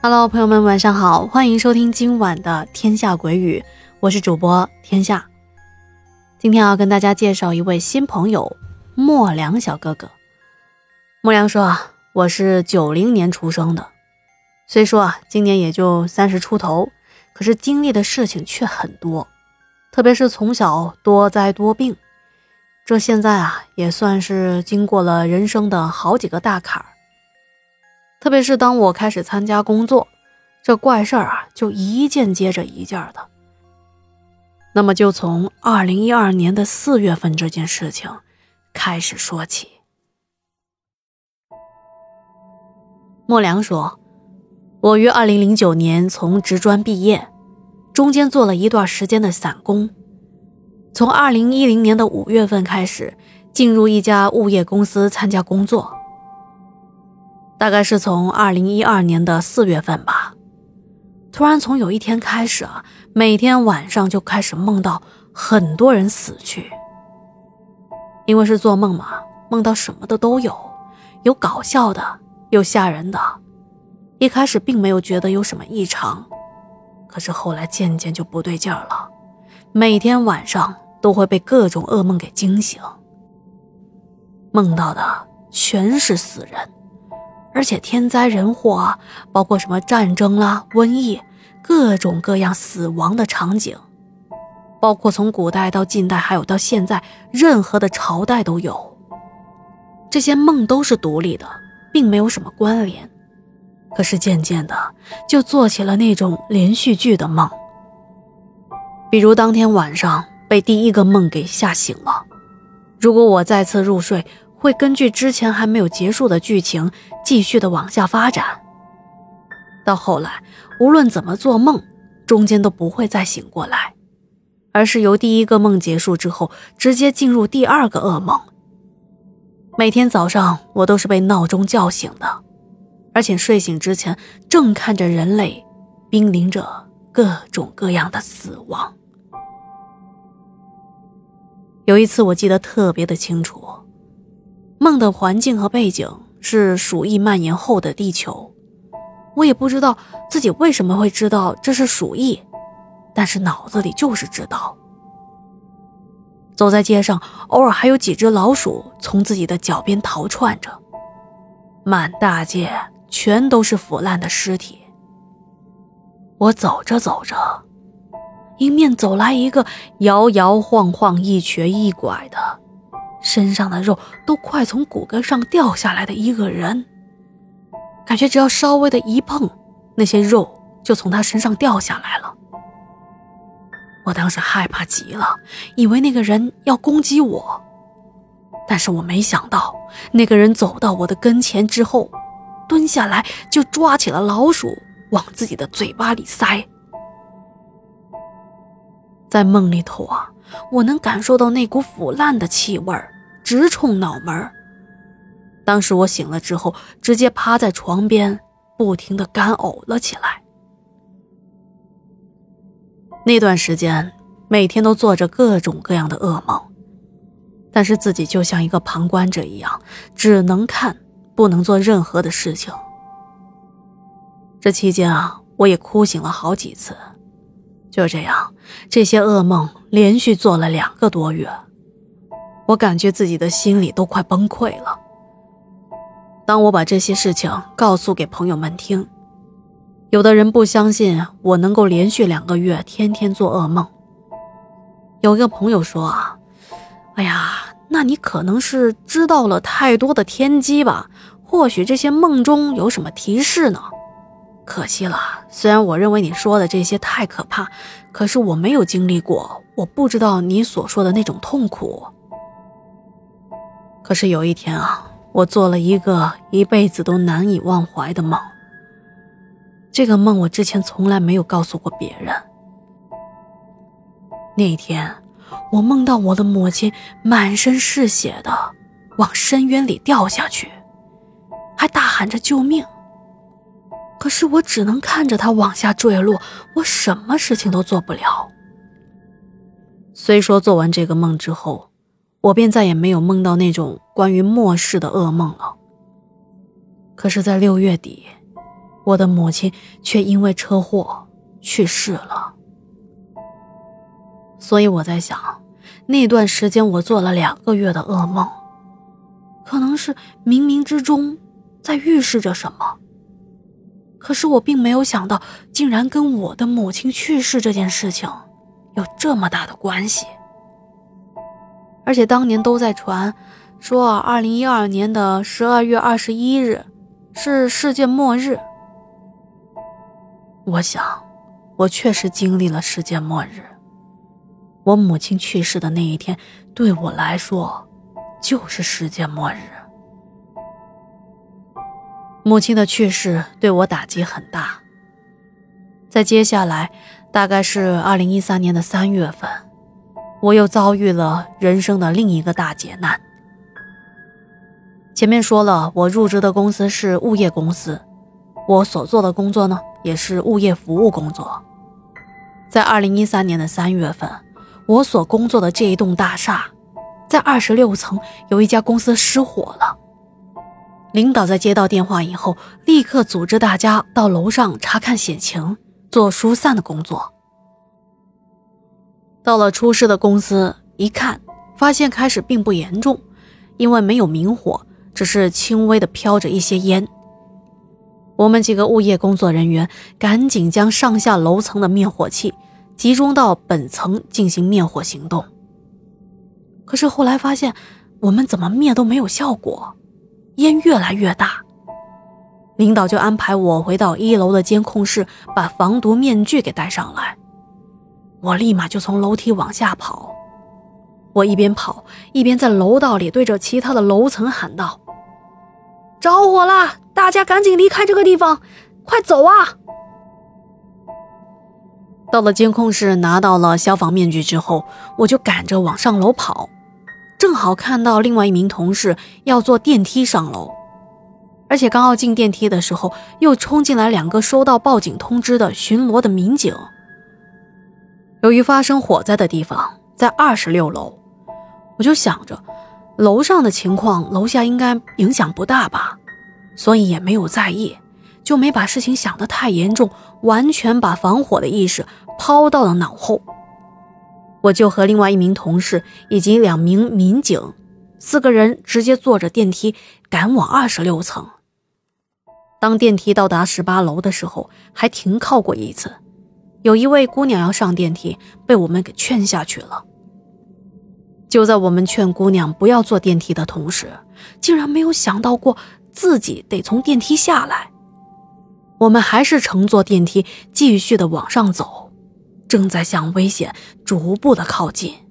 Hello， 朋友们晚上好，欢迎收听今晚的天下鬼语，我是主播天下。今天要跟大家介绍一位新朋友，莫良小哥哥。莫良说我是90年出生的，虽说今年也就30出头，可是经历的事情却很多，特别是从小多灾多病，这现在也算是经过了人生的好几个大坎儿。特别是当我开始参加工作，这怪事儿就一件接着一件的。那么就从2012年的4月份这件事情开始说起。莫良说，我于2009年从职专毕业，中间做了一段时间的散工，从2010年的5月份开始进入一家物业公司参加工作。大概是从2012年的4月份吧，突然从有一天开始每天晚上就开始梦到很多人死去。因为是做梦嘛，梦到什么的都有，有搞笑的，有吓人的。一开始并没有觉得有什么异常，可是后来渐渐就不对劲儿了，每天晚上都会被各种噩梦给惊醒，梦到的全是死人，而且天灾人祸包括什么战争啦、瘟疫，各种各样死亡的场景，包括从古代到近代还有到现在，任何的朝代都有。这些梦都是独立的，并没有什么关联，可是渐渐的就做起了那种连续剧的梦。比如当天晚上被第一个梦给吓醒了，如果我再次入睡，会根据之前还没有结束的剧情继续的往下发展。到后来无论怎么做梦，中间都不会再醒过来，而是由第一个梦结束之后直接进入第二个噩梦。每天早上我都是被闹钟叫醒的，而且睡醒之前正看着人类濒临着各种各样的死亡。有一次我记得特别的清楚，梦的环境和背景是鼠疫蔓延后的地球，我也不知道自己为什么会知道这是鼠疫，但是脑子里就是知道。走在街上，偶尔还有几只老鼠从自己的脚边逃窜着，满大街全都是腐烂的尸体。我走着走着，迎面走来一个摇摇晃晃、一瘸一拐的，身上的肉都快从骨骼上掉下来的一个人，感觉只要稍微的一碰，那些肉就从他身上掉下来了。我当时害怕极了，以为那个人要攻击我，但是我没想到那个人走到我的跟前之后，蹲下来就抓起了老鼠往自己的嘴巴里塞。在梦里头我能感受到那股腐烂的气味直冲脑门。当时我醒了之后，直接趴在床边不停地干呕了起来。那段时间每天都做着各种各样的噩梦，但是自己就像一个旁观者一样，只能看，不能做任何的事情。这期间我也哭醒了好几次。就这样，这些噩梦连续做了2个多月，我感觉自己的心里都快崩溃了。当我把这些事情告诉给朋友们听，有的人不相信我能够连续2个月天天做噩梦。有一个朋友说哎呀，那你可能是知道了太多的天机吧，或许这些梦中有什么提示呢？可惜了，虽然我认为你说的这些太可怕，可是我没有经历过，我不知道你所说的那种痛苦。可是有一天我做了一个一辈子都难以忘怀的梦。这个梦我之前从来没有告诉过别人。那天我梦到我的母亲满身是血的往深渊里掉下去，还大喊着救命。可是我只能看着她往下坠落，我什么事情都做不了。虽说做完这个梦之后，我便再也没有梦到那种关于末世的噩梦了。可是在6月底， 我的母亲却因为车祸去世了。所以我在想，那段时间我做了2个月的噩梦，可能是冥冥之中在预示着什么。可是我并没有想到，竟然跟我的母亲去世这件事情有这么大的关系。而且当年都在传说2012年的12月21日是世界末日。我想，我确实经历了世界末日。我母亲去世的那一天，对我来说就是世界末日。母亲的去世对我打击很大。在接下来大概是2013年的3月份，我又遭遇了人生的另一个大劫难。前面说了，我入职的公司是物业公司，我所做的工作呢，也是物业服务工作。在2013年的3月份，我所工作的这一栋大厦，在26层有一家公司失火了。领导在接到电话以后，立刻组织大家到楼上查看险情，做疏散的工作。到了出事的公司一看，发现开始并不严重，因为没有明火，只是轻微的飘着一些烟。我们几个物业工作人员赶紧将上下楼层的灭火器集中到本层进行灭火行动。可是后来发现，我们怎么灭都没有效果，烟越来越大。领导就安排我回到1楼的监控室，把防毒面具给戴上来。我立马就从楼梯往下跑。我一边跑一边在楼道里对着其他的楼层喊道：着火啦！大家赶紧离开这个地方，快走啊！到了监控室，拿到了消防面具之后，我就赶着往上楼跑，正好看到另外一名同事要坐电梯上楼，而且刚要进电梯的时候，又冲进来2个收到报警通知的巡逻的民警。由于发生火灾的地方在26楼，我就想着楼上的情况楼下应该影响不大吧，所以也没有在意，就没把事情想得太严重，完全把防火的意识抛到了脑后。我就和另外一名同事以及2名民警4个人直接坐着电梯赶往26层。当电梯到达18楼的时候，还停靠过一次，有一位姑娘要上电梯，被我们给劝下去了。就在我们劝姑娘不要坐电梯的同时，竟然没有想到过自己得从电梯下来。我们还是乘坐电梯继续的往上走，正在向危险逐步的靠近。